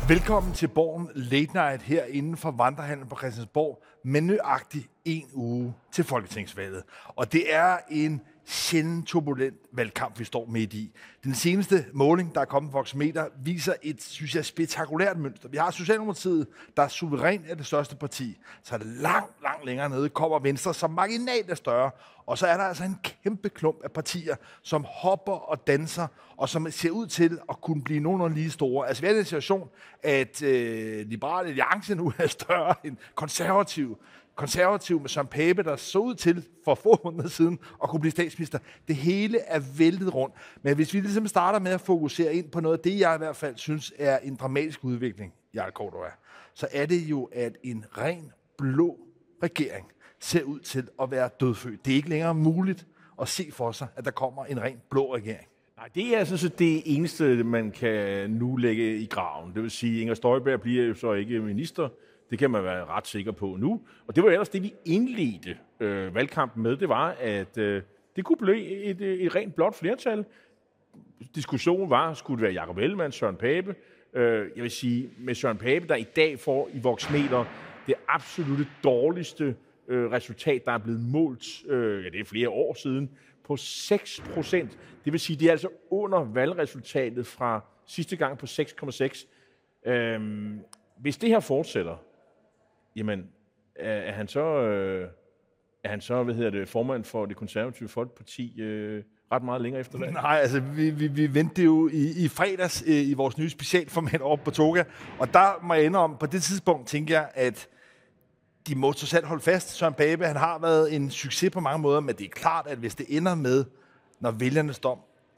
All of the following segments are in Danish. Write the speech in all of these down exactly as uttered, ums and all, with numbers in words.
Velkommen til Borgen Late Night her inden for Vandrehallen på Christiansborg med nøjagtigt en uge til folketingsvalget. Og det er en sjældent turbulent valgkamp, vi står midt i. Den seneste måling, der er kommet fra Voxmeter, viser et, synes jeg, spektakulært mønster. Vi har Socialdemokratiet, der er suverænt af det største parti. Så er det langt, langt længere nede kommer Venstre, som marginalt er større. Og så er der altså en kæmpe klump af partier, som hopper og danser, og som ser ud til at kunne blive nogenlunde lige store. Altså vi er i den situation, at øh, Liberale Alliance nu er større end konservativ. Konservativ med Søren Pape, der så ud til for få måneder siden at kunne blive statsminister. Det hele er væltet rundt. Men hvis vi ligesom starter med at fokusere ind på noget af det, jeg i hvert fald synes er en dramatisk udvikling, Jarl Cordua, så er det jo, at en ren blå regering ser ud til at være dødfødt. Det er ikke længere muligt at se for sig, at der kommer en ren blå regering. Nej, det er altså det eneste, man kan nu lægge i graven. Det vil sige, at Inger Støjberg bliver jo så ikke minister. Det kan man være ret sikker på nu. Og det var ellers det, vi indledte øh, valgkampen med. Det var, at øh, det kunne blive et, et rent blåt flertal. Diskussionen var, skulle det være Jakob Ellemann, Søren Pape. Øh, jeg vil sige, med Søren Pape, der i dag får i Voxmeter det absolutte dårligste øh, resultat, der er blevet målt, øh, ja, det er flere år siden, på seks procent. Det vil sige, det er altså under valgresultatet fra sidste gang på seks komma seks. Øh, hvis det her fortsætter, jamen, er, er han så, øh, er han så, hvad hedder det, formand for det konservative Folkeparti øh, ret meget længere efter det? Nej, altså, vi, vi, vi ventede jo i, i fredags øh, i vores nye specialformat oppe på Toga, og der må jeg indrømme, på det tidspunkt tænker jeg, at de må så selv holde fast. Søren Pape, han har været en succes på mange måder, men det er klart, at hvis det ender med, når vælgernes dom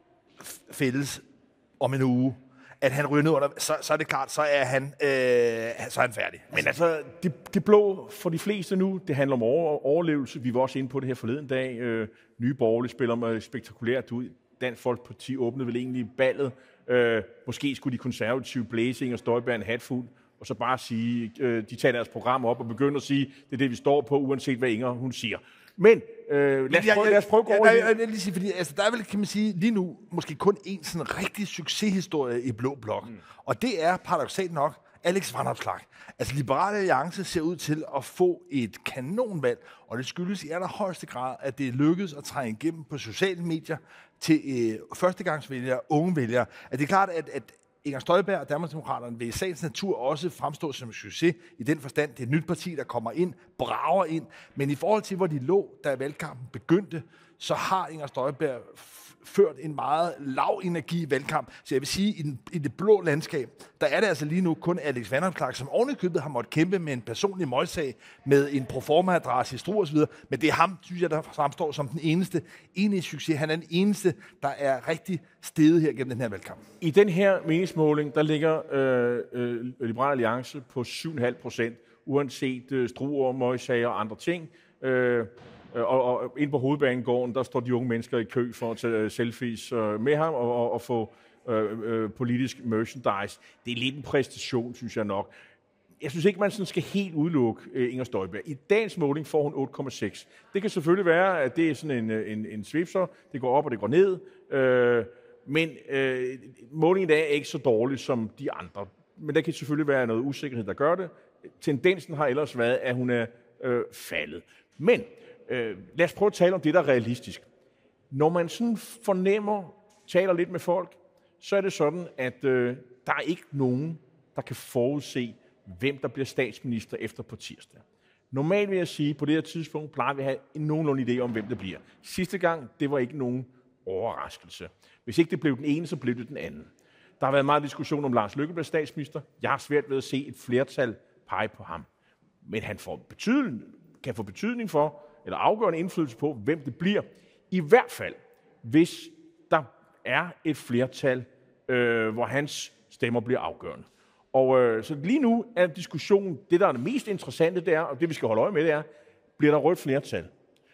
fældes om en uge, at han ryger ned under, så, så er det klart, så er han, øh, så er han færdig. Men altså, det, det blå for de fleste nu, det handler om over, overlevelse. Vi var også inde på det her forleden dag. Øh, Nye Borgerlige spiller med spektakulært ud. Dansk Folkeparti åbnede vel egentlig ballet. Øh, måske skulle de konservative blæse Inger Støjberg en hatfuld, og så bare sige, øh, de tager deres program op og begynder at sige, det er det, vi står på, uanset hvad Inger hun siger. Men øh, lad, os prøve, lad os prøve at gå over ja, jeg, jeg, jeg, sige, fordi altså, der er vel, kan man sige, lige nu måske kun en sådan rigtig succeshistorie i Blå Blok. Mm. Og det er paradoksalt nok Alex Vanopslagh. Altså Liberale Alliance ser ud til at få et kanonvalg, og det skyldes i allerhøjeste grad, at det er lykkedes at trænge igennem på sociale medier til øh, førstegangsvælgere, unge vælgere. At det er klart, at, at Inger Støjberg og Danmarksdemokraterne vil i sagens natur også fremstå som en succes i den forstand. Det er et nyt parti, der kommer ind, brager ind. Men i forhold til, hvor de lå, da valgkampen begyndte, så har Inger Støjberg ført en meget lav energi valgkamp. Så jeg vil sige, i, den, i det blå landskab, der er det altså lige nu kun Alex Vanopslagh, som ovenikøbet har måttet kæmpe med en personlig møgssag, med en proforma-adresse i Struer osv. Men det er ham, synes jeg, der fremstår som den eneste enige succes. Han er den eneste, der er rigtig steget her gennem den her valgkamp. I den her meningsmåling, der ligger øh, øh, Liberale Alliance på syv komma fem procent, uanset øh, Struer, møgssager og andre ting. Øh, Og, og ind på Hovedbanegården, der står de unge mennesker i kø for at tage selfies øh, med ham og, og, og få øh, øh, politisk merchandise. Det er lidt en præstation, synes jeg nok. Jeg synes ikke, man sådan skal helt udelukke øh, Inger Støjberg. I dagens måling får hun otte komma seks. Det kan selvfølgelig være, at det er sådan en, en, en svipser. Det går op og det går ned. Øh, men øh, målingen i dag er ikke så dårlig som de andre. Men der kan selvfølgelig være noget usikkerhed, der gør det. Tendensen har ellers været, at hun er øh, faldet. Men Øh, lad os prøve at tale om det, der er realistisk. Når man sådan fornemmer, taler lidt med folk, så er det sådan, at øh, der er ikke nogen, der kan forudse, hvem der bliver statsminister efter på tirsdag. Normalt vil jeg sige, at på det her tidspunkt plejer vi at have en nogenlunde idé om, hvem det bliver. Sidste gang, det var ikke nogen overraskelse. Hvis ikke det blev den ene, så blev det den anden. Der har været meget diskussion om Lars Løkke bliver statsminister. Jeg har svært ved at se et flertal pege på ham. Men han får betydning, kan få betydning for, eller afgørende indflydelse på, hvem det bliver. I hvert fald, hvis der er et flertal, øh, hvor hans stemmer bliver afgørende. Og øh, så lige nu er diskussionen, det der er det mest interessante, det er, og det vi skal holde øje med, det er, bliver der rødt flertal?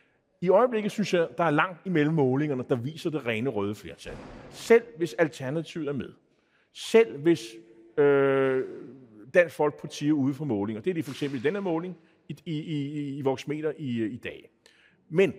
I øjeblikket synes jeg, der er langt imellem målingerne, der viser det rene røde flertal. Selv hvis Alternativet er med. Selv hvis øh, Dansk Folkeparti er ude for målinger. Det er det for eksempel i denne måling, i, i, i, i Voxmeter i, i dag. Men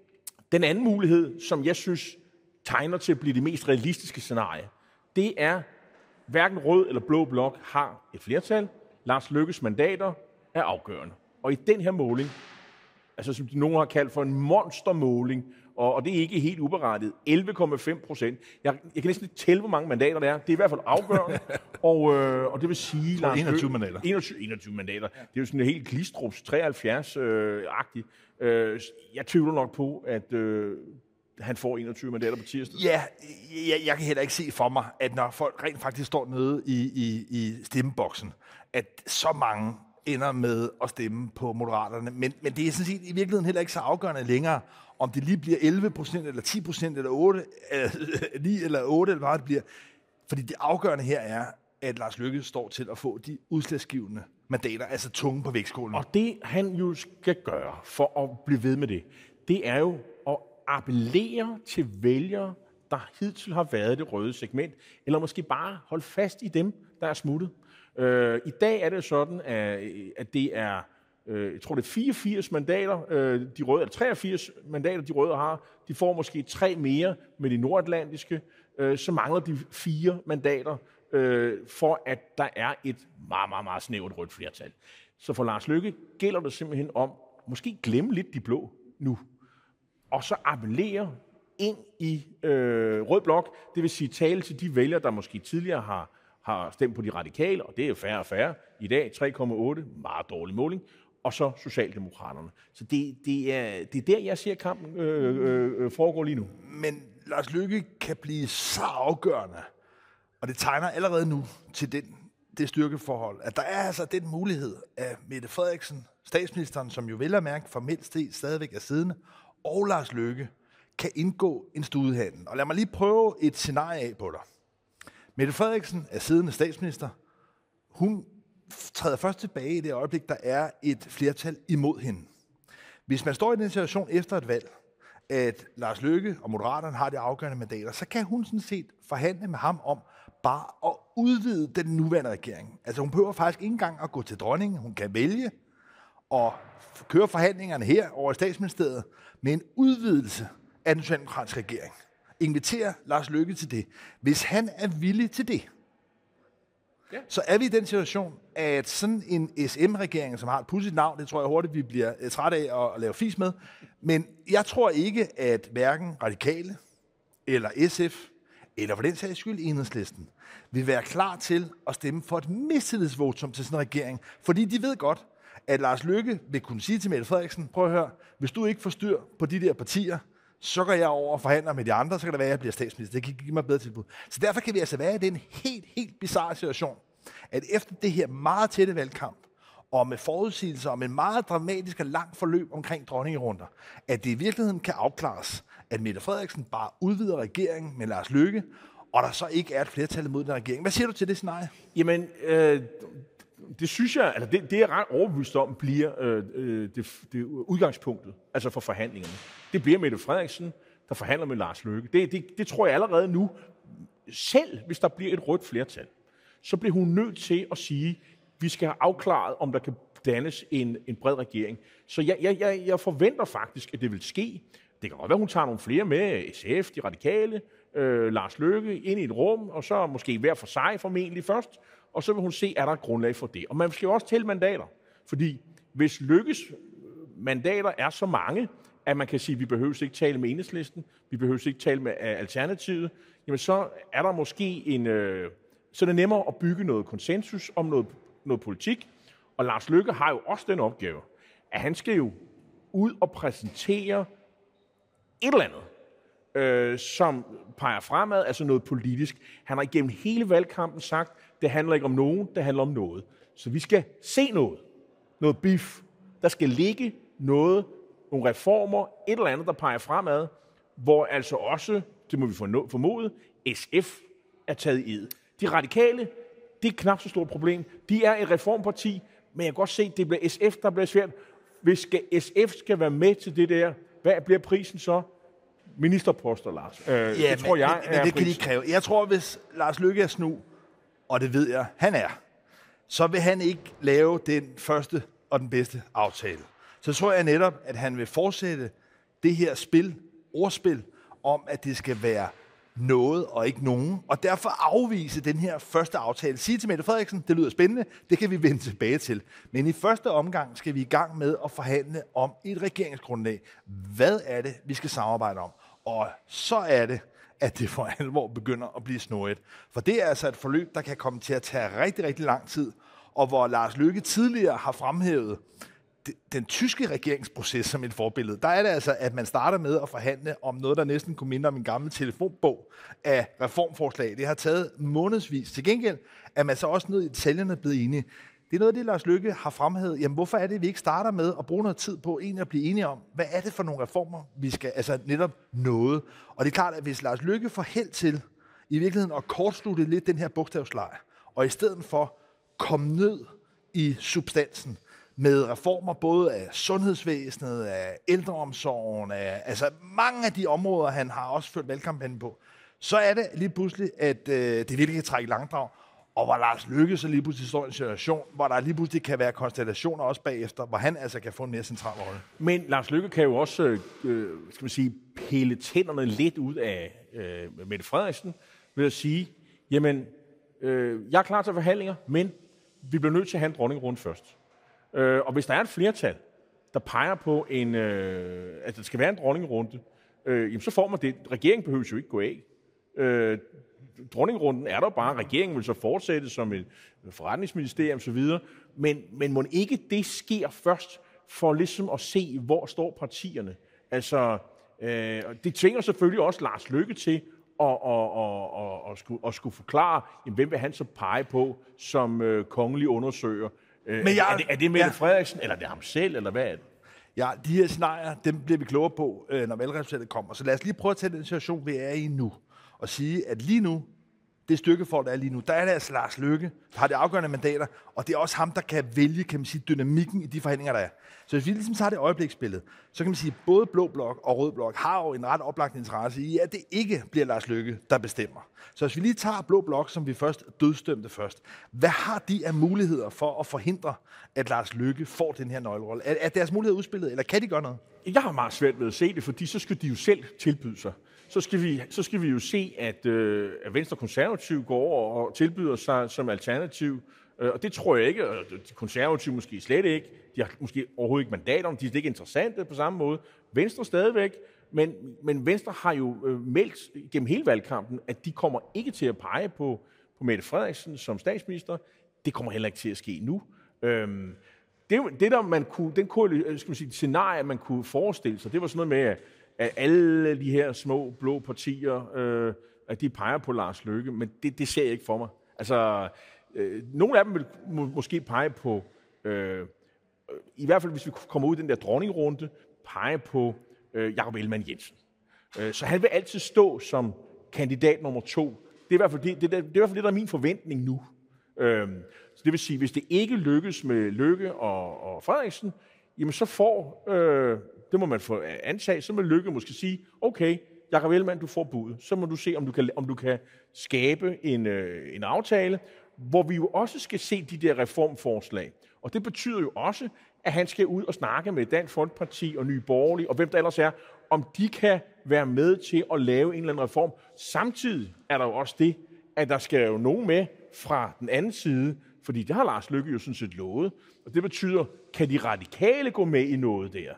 den anden mulighed, som jeg synes tegner til at blive det mest realistiske scenarie, det er hverken rød eller blå blok har et flertal. Lars Løkkes mandater er afgørende. Og i den her måling, altså som nogen har kaldt for en monstermåling, og, og det er ikke helt uberettiget, elleve komma fem procent. Jeg, jeg kan næsten ikke tælle, hvor mange mandater der er. Det er i hvert fald afgørende. og, øh, og det vil sige... Lars enogtyve mandater. enogtyve, enogtyve mandater. Det er jo sådan en helt Glistrups treoghalvfjerds-agtig. Øh, jeg tvivler nok på, at... Øh, han får enogtyve mandater på tirsdag. Ja, jeg, jeg kan heller ikke se for mig, at når folk rent faktisk står nede i, i, i stemmeboksen, at så mange ender med at stemme på Moderaterne. Men, men det er sådan set i virkeligheden heller ikke så afgørende længere, om det lige bliver elleve procent, eller ti procent, eller otte, eller ni eller otte, eller hvad det bliver. Fordi det afgørende her er, at Lars Løkke står til at få de udslagsgivende mandater, altså tunge på vægtskålen. Og det han jo skal gøre for at blive ved med det, det er jo at appellere til vælgere, der hidtil har været det røde segment, eller måske bare holde fast i dem, der er smuttet. Øh, I dag er det sådan, at, at det er, øh, jeg tror det er fireogfirs mandater, øh, de røde, eller treogfirs mandater, de røde har. De får måske tre mere med de nordatlantiske. Øh, så mangler de fire mandater, øh, for at der er et meget, meget, meget snævert rødt flertal. Så for Lars Løkke gælder det simpelthen om, måske glemme lidt de blå nu, og så appellere ind i øh, rød blok, det vil sige tale til de vælgere, der måske tidligere har, har stemt på de radikale, og det er jo færre og færre. I dag tre komma otte, meget dårlig måling, og så Socialdemokraterne. Så det, det, er, det er der, jeg ser kampen øh, øh, foregår lige nu. Men Lars Løkke kan blive så afgørende, og det tegner allerede nu til den, det styrkeforhold, at der er altså den mulighed, at Mette Frederiksen, statsministeren, som jo vel at mærke formelt set stadigvæk er siddende, og Lars Løkke kan indgå en studehandel. Og lad mig lige prøve et scenarie af på dig. Mette Frederiksen er siddende statsminister. Hun træder først tilbage i det øjeblik, der er et flertal imod hende. Hvis man står i den situation efter et valg, at Lars Løkke og Moderaterne har de afgørende mandater, så kan hun sådan set forhandle med ham om bare at udvide den nuværende regering. Altså hun behøver faktisk ikke engang at gå til dronningen. Hun kan vælge og køre forhandlingerne her over i statsministeriet med en udvidelse af den socialdemokratiske regering. Inviterer Lars Løkke til det. Hvis han er villig til det, ja. Så er vi i den situation, at sådan en S M-regering, som har et pudsigt navn, det tror jeg hurtigt, vi bliver træt af at lave fis med, men jeg tror ikke, at hverken Radikale eller S F, eller for den sags skyld Enhedslisten, vil være klar til at stemme for et mistillidsvotum til sådan en regering, fordi de ved godt, at Lars Løkke vil kunne sige til Mette Frederiksen, prøv at høre, hvis du ikke får styr på de der partier, så går jeg over og forhandler med de andre, så kan det være, at jeg bliver statsminister. Det kan give mig bedre tilbud. Så derfor kan vi altså være i den helt, helt bizarre situation, at efter det her meget tætte valgkamp, og med forudsigelser om en meget dramatisk og lang forløb omkring dronningerunder, at det i virkeligheden kan afklares, at Mette Frederiksen bare udvider regeringen med Lars Løkke, og der så ikke er et flertal imod den regering. Hvad siger du til det scenarie? Jamen, øh, det synes jeg, altså det, det er ret overbevist om, bliver øh, det, det udgangspunktet, altså for forhandlingerne. Det bliver Mette Frederiksen, der forhandler med Lars Løkke. Det, det, det tror jeg allerede nu, selv hvis der bliver et rødt flertal, så bliver hun nødt til at sige, at vi skal have afklaret, om der kan dannes en, en bred regering. Så jeg, jeg, jeg, jeg forventer faktisk, at det vil ske. Det kan godt være, at hun tager nogle flere med, S F, de radikale, øh, Lars Løkke, ind i et rum, og så måske hver for sig formentlig først, og så vil hun se, er der et grundlag for det. Og man skal jo også tælle mandater, fordi hvis Løkkes mandater er så mange, at man kan sige, at vi behøver ikke tale med Enhedslisten, vi behøver ikke tale med Alternativet, jamen så er der måske en... Øh, så er det nemmere at bygge noget konsensus om noget, noget politik. Og Lars Løkke har jo også den opgave, at han skal jo ud og præsentere et eller andet, øh, som peger fremad, altså noget politisk. Han har igennem hele valgkampen sagt, det handler ikke om nogen, det handler om noget. Så vi skal se noget. Noget beef. Der skal ligge noget, nogle reformer, et eller andet, der peger fremad, hvor altså også, det må vi formode, S F er taget i ed. De radikale, det er knap så stort problem. De er et reformparti, men jeg kan godt se, at det bliver S F, der bliver svært. Hvis S F skal være med til det der, hvad bliver prisen så? Ministerposter, Lars. Øh, ja, det tror men, jeg men, men det kan de kræve. Jeg tror, hvis Lars Løkke er snu, og det ved jeg, han er, så vil han ikke lave den første og den bedste aftale. Så tror jeg netop, at han vil fortsætte det her spil, ordspil, om at det skal være noget og ikke nogen, og derfor afvise den her første aftale. Sige til Mette Frederiksen, det lyder spændende, det kan vi vende tilbage til. Men i første omgang skal vi i gang med at forhandle om et regeringsgrundlag. Hvad er det, vi skal samarbejde om? Og så er det, at det for alvor begynder at blive snurret. For det er altså et forløb, der kan komme til at tage rigtig, rigtig lang tid, og hvor Lars Løkke tidligere har fremhævet den tyske regeringsproces som et forbillede. Der er det altså, at man starter med at forhandle om noget, der næsten kunne minde om en gammel telefonbog af reformforslag. Det har taget månedsvis. Til gengæld er man så også nede i detaljerne blevet enige. Det er noget af det, Lars Løkke har fremhævet. Jamen, hvorfor er det, at vi ikke starter med at bruge noget tid på egentlig at blive enige om, hvad er det for nogle reformer, vi skal, altså netop noget. Og det er klart, at hvis Lars Løkke får held til i virkeligheden at kortslutte lidt den her bogstavsleje, og i stedet for komme ned i substansen, med reformer både af sundhedsvæsenet, af ældreomsorgen, af altså mange af de områder, han har også ført valgkampagnen på, så er det lige pludselig, at øh, det virkelig kan trække langdrag, og hvor Lars Løkke så lige pludselig står i en situation, hvor der lige pludselig kan være konstellationer også bagefter, hvor han altså kan få en mere central rolle. Men Lars Løkke kan jo også, øh, skal man sige, pille tænderne lidt ud af øh, Mette Frederiksen, ved at sige, jamen, øh, jeg er klar til forhandlinger, men vi bliver nødt til at have en dronningrunde først. Øh, og hvis der er et flertal, der peger på, en, øh, at der skal være en dronningrunde, øh, jamen så får man det. Regeringen behøver jo ikke gå af. Øh, dronningrunden er der bare. Regeringen vil så fortsætte som et forretningsministerium osv. Men, men må ikke det sker først, for ligesom at se, hvor står partierne. Altså, øh, det tvinger selvfølgelig også Lars Løkke til at, at, at, at, at, skulle, at skulle forklare, jamen, hvem vil han så pege på som øh, kongelig undersøger. Men jeg, er, det, er det Mette ja. Frederiksen, eller er det ham selv, eller hvad er det? Ja, de her scenarier, dem bliver vi klogere på, når valgresultatet kommer. Så lad os lige prøve at tage den situation, vi er i nu, og sige, at lige nu, det stykkefolk, der er lige nu, der er det altså Lars Løkke, der har de afgørende mandater, og det er også ham, der kan vælge, kan man sige, dynamikken i de forhandlinger, der er. Så hvis vi ligesom tager det øjebliksbillede, så kan man sige, at både Blå Blok og Rød Blok har jo en ret oplagt interesse i, at det ikke bliver Lars Løkke, der bestemmer. Så hvis vi lige tager Blå Blok, som vi først dødsdømte først, hvad har de af muligheder for at forhindre, at Lars Løkke får den her nøglerolle? Er, er deres muligheder udspillet, eller kan de gøre noget? Jeg har meget svært ved at se det, fordi så skal de jo selv tilbyde sig. Så skal vi, så skal vi jo se, at, øh, at Venstre Konservative går over og tilbyder sig som alternativ. Øh, og det tror jeg ikke, og de konservative måske slet ikke. De har måske overhovedet ikke mandater, de er ikke interessante på samme måde. Venstre stadigvæk, men, men Venstre har jo øh, meldt gennem hele valgkampen, at de kommer ikke til at pege på, på Mette Frederiksen som statsminister. Det kommer heller ikke til at ske nu. Øh, det, det der man kunne, den skal man sige, scenarie, man kunne forestille sig, det var sådan noget med, at alle de her små blå partier, øh, at de peger på Lars Løkke, men det, det ser jeg ikke for mig. Altså, øh, nogle af dem vil må, måske pege på, øh, i hvert fald hvis vi kommer ud i den der dronningrunde, pege på øh, Jakob Ellemann-Jensen. Øh, så han vil altid stå som kandidat nummer to. Det er i hvert fald det, det, det, det, er i hvert fald det der er min forventning nu. Øh, så det vil sige, hvis det ikke lykkes med Løkke og, og Frederiksen, jamen så får... Øh, det må man få antage, så må Løkke måske sige, okay, Jakob Ellemann, du får budet. Så må du se, om du kan, om du kan skabe en, øh, en aftale, hvor vi jo også skal se de der reformforslag. Og det betyder jo også, at han skal ud og snakke med Dansk Folkeparti og Nye Borgerlige, og hvem der ellers er, om de kan være med til at lave en eller anden reform. Samtidig er der jo også det, at der skal jo nogen med fra den anden side, fordi det har Lars Løkke jo sådan set lovet. Og det betyder, kan de radikale gå med i noget der?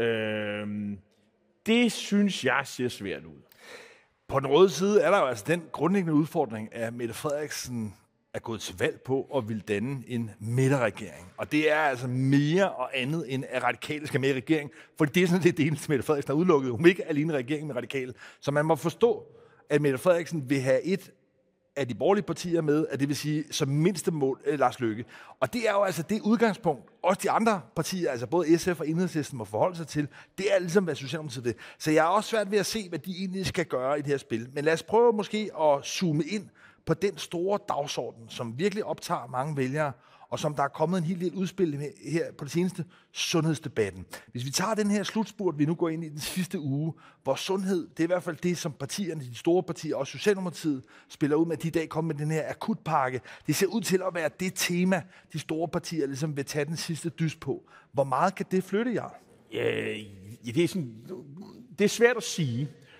Øhm, det synes jeg ser svært ud. På den røde side er der jo altså den grundlæggende udfordring, at Mette Frederiksen er gået til valg på og vil danne en midterregering. Og det er altså mere og andet end at radikale skal med i regering, for det er sådan lidt det eneste, Mette Frederiksen har udelukket. Hun vil ikke alene regering med radikale. Så man må forstå, at Mette Frederiksen vil have et af de borgerlige partier med, at det vil sige som mindste mål eh, Lars Løkke. Og det er jo altså det udgangspunkt, også de andre partier, altså både S F og Enhedslisten, må forholde sig til. Det er ligesom, hvad Socialdemokratiet det. Så jeg er også svært ved at se, hvad de egentlig skal gøre i det her spil. Men lad os prøve måske at zoome ind på den store dagsorden, som virkelig optager mange vælgere, og som der er kommet en hel del udspil med her på det seneste, sundhedsdebatten. Hvis vi tager den her slutspurt, vi nu går ind i den sidste uge, hvor sundhed, det er i hvert fald det, som partierne, de store partier, også Socialdemokratiet, spiller ud med, at de i dag kommer med den her akutpakke. Det ser ud til at være det tema, de store partier ligesom vil tage den sidste dys på. Hvor meget kan det flytte, Jarl? Ja, det er sådan, det er svært at sige.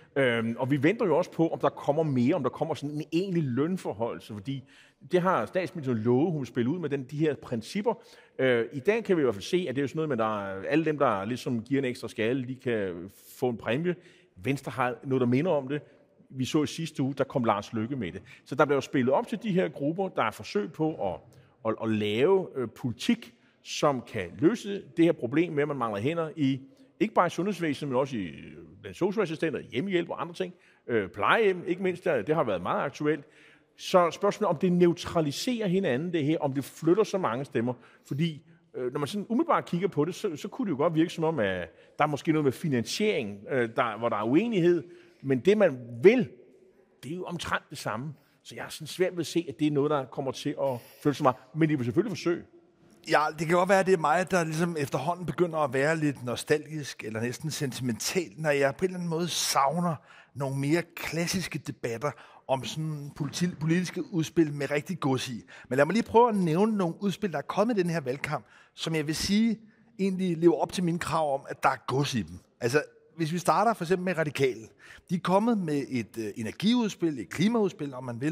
Øhm, og vi venter jo også på, om der kommer mere, om der kommer sådan en egentlig lønforholdelse, fordi det har statsministeren lovet, hun vil spille ud med den, de her principper. Øh, I dag kan vi i hvert fald se, at det er jo sådan noget med, at alle dem, der ligesom giver en ekstra skalle, de kan få en præmie. Venstre har noget, der minder om det. Vi så i sidste uge, der kom Lars Løkke med det. Så der bliver jo spillet op til de her grupper, der er forsøg på at, at, at lave øh, politik, som kan løse det her problem med, at man mangler hænder i, ikke bare i sundhedsvæsenet, men også i den socialassistenter, hjemmehjælp og andre ting. Øh, plejehjem, ikke mindst, der, det har været meget aktuelt. Så spørgsmålet om det neutraliserer hinanden, det her, om det flytter så mange stemmer. Fordi øh, når man sådan umiddelbart kigger på det, så, så kunne det jo godt virke som om, at der er måske noget med finansiering, øh, der, hvor der er uenighed. Men det, man vil, det er jo omtrent det samme. Så jeg er sådan svært ved at se, at det er noget, der kommer til at flytte så meget. Men de vil selvfølgelig forsøge. Ja, det kan godt være, at det er mig, der ligesom efterhånden begynder at være lidt nostalgisk eller næsten sentimental, når jeg på en eller anden måde savner nogle mere klassiske debatter om sådan politi- politiske udspil med rigtig gods i. Men lad mig lige prøve at nævne nogle udspil, der er kommet i den her valgkamp, som jeg vil sige egentlig lever op til mine krav om, at der er gods i dem. Altså, hvis vi starter for eksempel med Radikale. De er kommet med et øh, energiudspil, et klimaudspil, om man vil,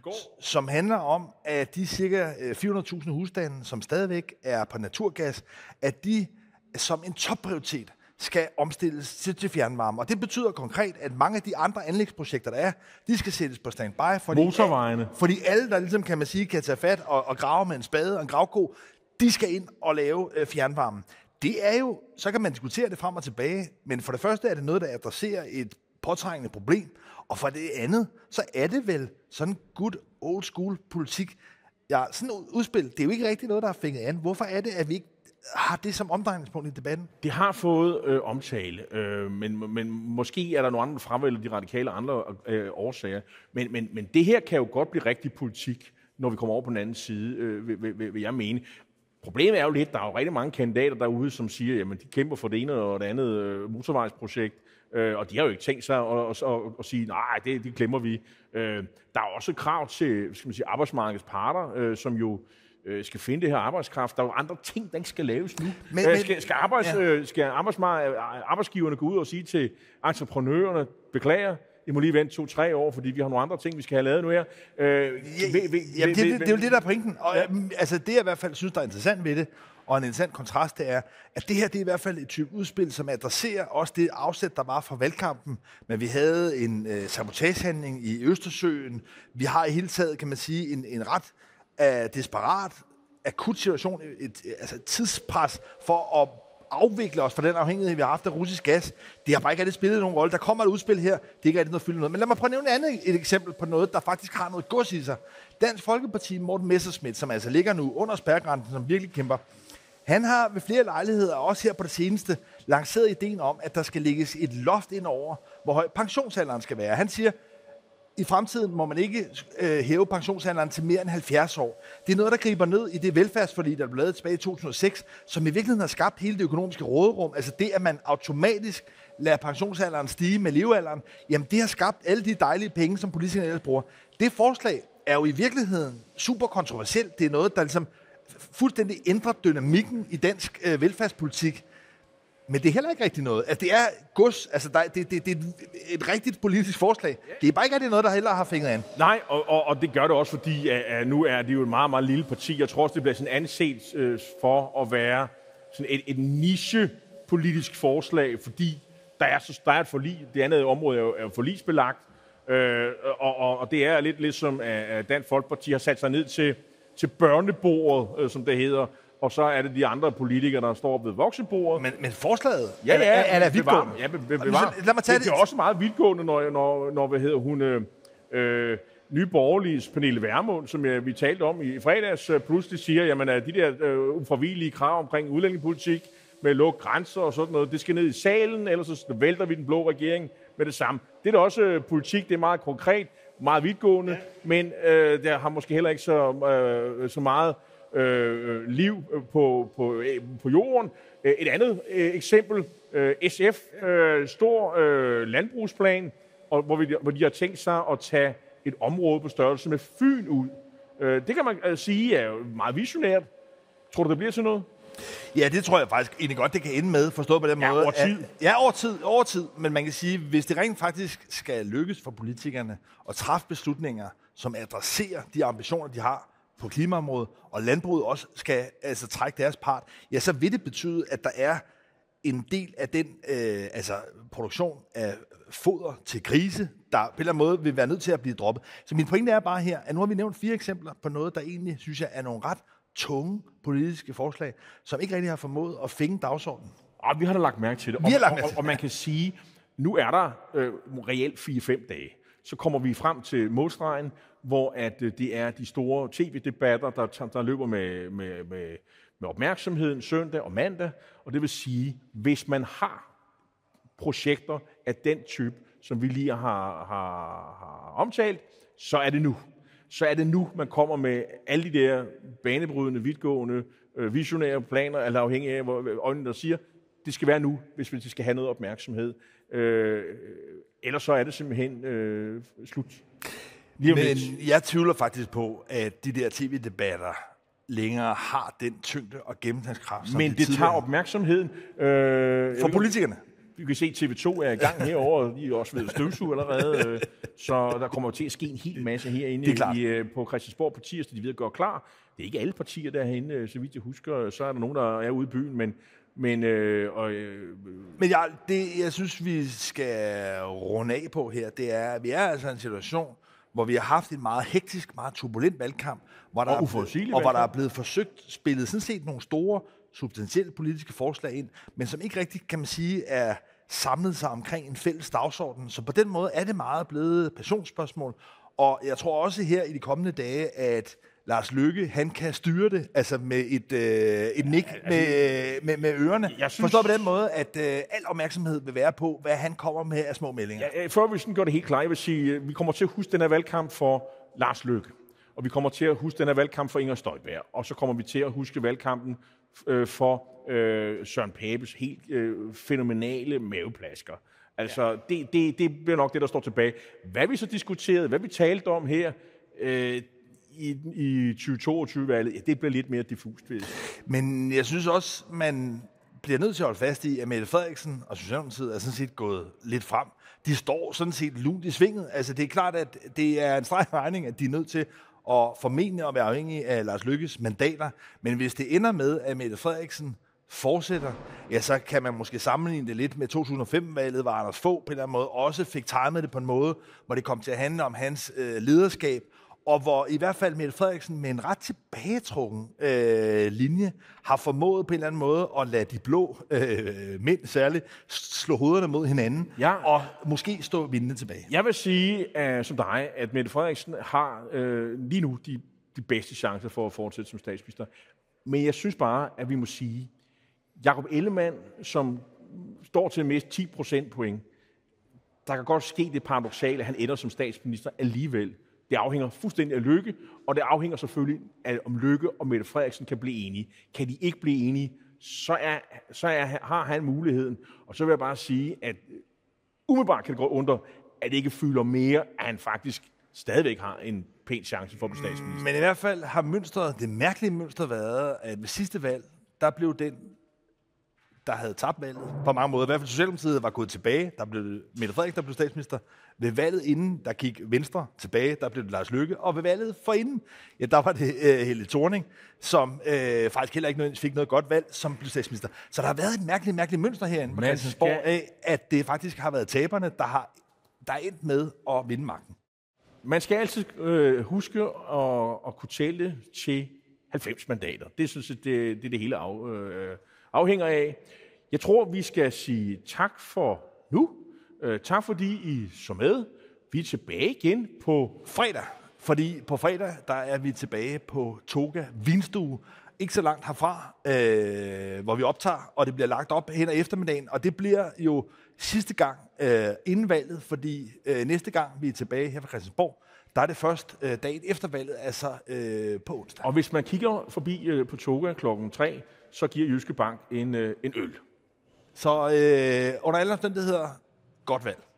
som handler om, at de cirka fire hundrede tusind husstande, som stadigvæk er på naturgas, at de som en topprioritet skal omstilles til, til fjernvarme. Og det betyder konkret, at mange af de andre anlægsprojekter, der er, de skal sættes på standby. Fordi Motorvejene. Fordi alle, der ligesom kan man sige, kan tage fat og, og grave med en spade og en gravko, de skal ind og lave øh, fjernvarme. Det er jo, så kan man diskutere det frem og tilbage, men for det første er det noget, der adresserer et påtrængende problem, og for det andet, så er det vel sådan good old school politik. Ja, sådan et udspil, det er jo ikke rigtig noget, der er fænget an. Hvorfor er det, at vi ikke har det som omdrejningspunkt i debatten? Det har fået øh, omtale, øh, men, men måske er der nogle andre, der fremvælger de radikale andre øh, årsager. Men, men, men det her kan jo godt blive rigtig politik, når vi kommer over på den anden side, øh, vil, vil, vil jeg mene. Problemet er jo lidt, der er jo rigtig mange kandidater derude, som siger, jamen de kæmper for det ene og det andet øh, motorvejsprojekt, øh, og de har jo ikke tænkt sig at, at, at, at sige, nej, det, det glemmer vi. Øh, der er også krav til skal man sige, arbejdsmarkedets parter, øh, som jo øh, skal finde det her arbejdskraft. Der er jo andre ting, der ikke skal laves nu. Men, øh, skal, skal, arbejds, ja. øh, skal arbejdsgiverne gå ud og sige til entreprenørerne, beklager, I må lige vente to-tre år, fordi vi har nogle andre ting, vi skal have lavet nu her. Øh, ja, ved, ved, jamen, det, det, det er jo det, der er pointen. Og, ja. altså, det, jeg i hvert fald synes, der er interessant ved det, og en interessant kontrast, det er, at det her det er i hvert fald et type udspil, som adresserer også det afsæt, der var fra valgkampen. Men vi havde en øh, sabotagehandling i Østersøen. Vi har i hele taget, kan man sige, en, en ret uh, desperat, akut situation, et, altså et tidspres for at afvikle os fra den afhængighed, vi har haft af russisk gas. Det har bare ikke rigtig spillet nogen rolle. Der kommer et udspil her, det er ikke rigtig noget at fylde noget. Men lad mig prøve at nævne et andet et eksempel på noget, der faktisk har noget gods i sig. Dansk Folkeparti, Morten Messerschmidt, som altså ligger nu under spærregrænsen, som virkelig kæmper, han har ved flere lejligheder, også her på det seneste, lanceret ideen om, at der skal lægges et loft ind over, hvor høj pensionsalderen skal være. Han siger, i fremtiden må man ikke øh, hæve pensionsalderen til mere end halvfjerds år. Det er noget, der griber ned i det velfærdsforlig, der blev lavet tilbage i to tusind og seks, som i virkeligheden har skabt hele det økonomiske råderum. Altså det, at man automatisk lader pensionsalderen stige med levealderen, jamen det har skabt alle de dejlige penge, som politikerne ellers bruger. Det forslag er jo i virkeligheden super kontroversielt. Det er noget, der ligesom fuldstændig ændrer dynamikken i dansk øh, velfærdspolitik. Men det er heller ikke rigtig noget. Altså, det er gods. Altså, der, det, det, det er et, et rigtigt politisk forslag. Det er bare ikke rigtig noget, der heller har fingret an. Nej, og, og, og det gør det også, fordi at, at nu er det jo et meget, meget lille parti. Jeg tror også, det bliver sådan anset øh, for at være sådan et, et niche-politisk forslag, fordi der er, så, der er et forlig. Det andet område er jo, er jo forligsbelagt. Øh, og, og, og det er lidt ligesom, at Dansk Folkeparti har sat sig ned til, til børnebordet, øh, som det hedder, og så er det de andre politikere, der står ved voksenbordet. Men, men forslaget ja, ja, er, er der vidtgående? Ja, be, be, bevar. Lad mig tage det. Det er også meget vidtgående, når, når, når hvad hedder hun, øh, øh, Nye Borgerliges Pernille Vermund, som jeg, vi talte om i fredags, øh, pludselig siger, jamen at de der øh, ufravigelige krav omkring udlændingepolitik med at lukke grænser og sådan noget, det skal ned i salen, ellers så vælter vi den blå regering med det samme. Det er da også øh, politik, det er meget konkret, meget vidtgående, ja. Men øh, der har måske heller ikke så, øh, så meget Øh, liv på, på, på jorden. Et andet øh, eksempel, øh, S F, øh, stor øh, landbrugsplan, og hvor, vi, hvor de har tænkt sig at tage et område på størrelse med Fyn ud. Øh, det kan man øh, sige er meget visionært. Tror du, det bliver sådan noget? Ja, det tror jeg faktisk egentlig godt, det kan ende med, forstået på den ja, måde. over tid. At, ja, over tid, over tid. Men man kan sige, hvis det rent faktisk skal lykkes for politikerne at træffe beslutninger, som adresserer de ambitioner, de har på klimaområdet, og landbruget også skal altså, trække deres part, ja, så vil det betyde, at der er en del af den øh, altså, produktion af foder til grise, der på en eller anden måde vil være nødt til at blive droppet. Så min pointe er bare her, at nu har vi nævnt fire eksempler på noget, der egentlig, synes jeg, er nogle ret tunge politiske forslag, som ikke rigtig har formået at finde dagsordenen. Og vi har da lagt mærke til det. Vi har og, lagt mærke og, til og, og man kan sige, nu er der øh, reelt fire fem dage. Så kommer vi frem til målstregen, hvor at, øh, det er de store tv-debatter, der, der løber med, med, med, med opmærksomheden søndag og mandag. Og det vil sige, hvis man har projekter af den type, som vi lige har, har, har omtalt, så er det nu. Så er det nu, man kommer med alle de der banebrydende, vidtgående, øh, visionære planer, eller afhængig af, hvor øjnene der siger, det skal være nu, hvis vi skal have noget opmærksomhed. Øh, ellers så er det simpelthen øh, slut. Men jeg tvivler faktisk på, at de der tv-debatter længere har den tyngde og gennemslagskraft, som Men det det tidligere tager opmærksomheden. Øh, for politikerne. Vi kan se, at T V to er i gang herovre, de er også ved at støvsuge allerede, øh, så der kommer til at ske en hel masse herinde i, øh, på Christiansborg på tirsdag, de ved at gøre klar. Det er ikke alle partier derinde, så vidt jeg husker, så er der nogen, der er ude i byen, men Men, øh, og, øh, Men jeg, det, jeg synes, vi skal runde af på her, det er, at vi er altså i en situation, hvor vi har haft en meget hektisk, meget turbulent valgkamp, hvor der, og, er, blevet, og hvor der er blevet forsøgt spillet sådan set nogle store, substantielle politiske forslag ind, men som ikke rigtig, kan man sige, er samlet sig omkring en fælles dagsorden. Så på den måde er det meget blevet passionsspørgsmål, og jeg tror også her i de kommende dage, at Lars Løkke, han kan styre det, altså med et, øh, et nik ja, altså, med, med, med ørerne. Jeg synes, forstår på den måde, at øh, al opmærksomhed vil være på, hvad han kommer med af små meldinger. Ja, før vi sådan gør det helt klart, jeg vil sige, at vi kommer til at huske den her valgkamp for Lars Løkke, og vi kommer til at huske den her valgkamp for Inger Støjberg, og så kommer vi til at huske valgkampen øh, for øh, Søren Papes helt øh, fænomenale maveplasker. Altså, ja. det, det, det bliver nok det, der står tilbage. Hvad vi så diskuterede, hvad vi talte om her, øh, i, i tyve toogtyve-valget, ja, det bliver lidt mere diffust. Men jeg synes også, man bliver nødt til at holde fast i, at Mette Frederiksen og Socialdemokratiet er sådan set gået lidt frem. De står sådan set lunt i svinget. Altså, det er klart, at det er en streg regning, at de er nødt til at formentlig at være afhængige af Lars Løkkes mandater. Men hvis det ender med, at Mette Frederiksen fortsætter, ja, så kan man måske sammenligne det lidt med to tusind og fem-valget, hvor Anders Fogh på en eller anden måde også fik timet det på en måde, hvor det kom til at handle om hans øh, lederskab, og hvor i hvert fald Mette Frederiksen med en ret tilbagetrukken øh, linje har formået på en eller anden måde at lade de blå øh, mænd særligt slå hovederne mod hinanden, ja. Og måske stå vindende tilbage. Jeg vil sige, uh, som dig, at Mette Frederiksen har øh, lige nu de, de bedste chancer for at fortsætte som statsminister. Men jeg synes bare, at vi må sige, Jakob Ellemann, som står til at miste ti procent point, der kan godt ske det paradoksale, at han ender som statsminister alligevel. Det afhænger fuldstændig af Løkke, og det afhænger selvfølgelig af, om Løkke og Mette Frederiksen kan blive enige. Kan de ikke blive enige, så, er, så er, har han muligheden. Og så vil jeg bare sige, at umiddelbart kan det gå under, at det ikke fylder mere, at han faktisk stadigvæk har en pæn chance for at blive statsminister. Men i hvert fald har mønstret, det mærkelige mønster været, at ved sidste valg, der blev den, der havde tabt valget på mange måder. I hvert fald Socialdemokratiet var gået tilbage. Der blev Mette Frederiksen, der blev statsminister. Ved valget inden, der gik Venstre tilbage. Der blev det Lars Løkke. Og ved valget forinden, ja, der var det uh, Helle Thorning, som øh, faktisk heller ikke fik noget godt valg, som blev statsminister. Så der har været et mærkeligt, mærkeligt mønster herinde på Christiansborg af, at det faktisk har været taberne, der har der er endt med at vinde magten. Man skal altid øh, huske at, at kunne tælle til halvfems mandater. Det synes jeg, det, det er det hele af, øh, afhænger af. Jeg tror, vi skal sige tak for nu. Uh, tak fordi I så med. Vi er tilbage igen på fredag. Fordi på fredag, der er vi tilbage på Toga Vinstue. Ikke så langt herfra, øh, hvor vi optager, og det bliver lagt op hen ad eftermiddagen. Og det bliver jo sidste gang øh, inden valget, fordi øh, næste gang vi er tilbage her fra Christiansborg, der er det først øh, dagen efter valget, altså øh, på onsdag. Og hvis man kigger forbi øh, på Toga klokken tre, så giver Jyske Bank en, øh, en øl. Så øh, under alle omstændigheder, godt valg.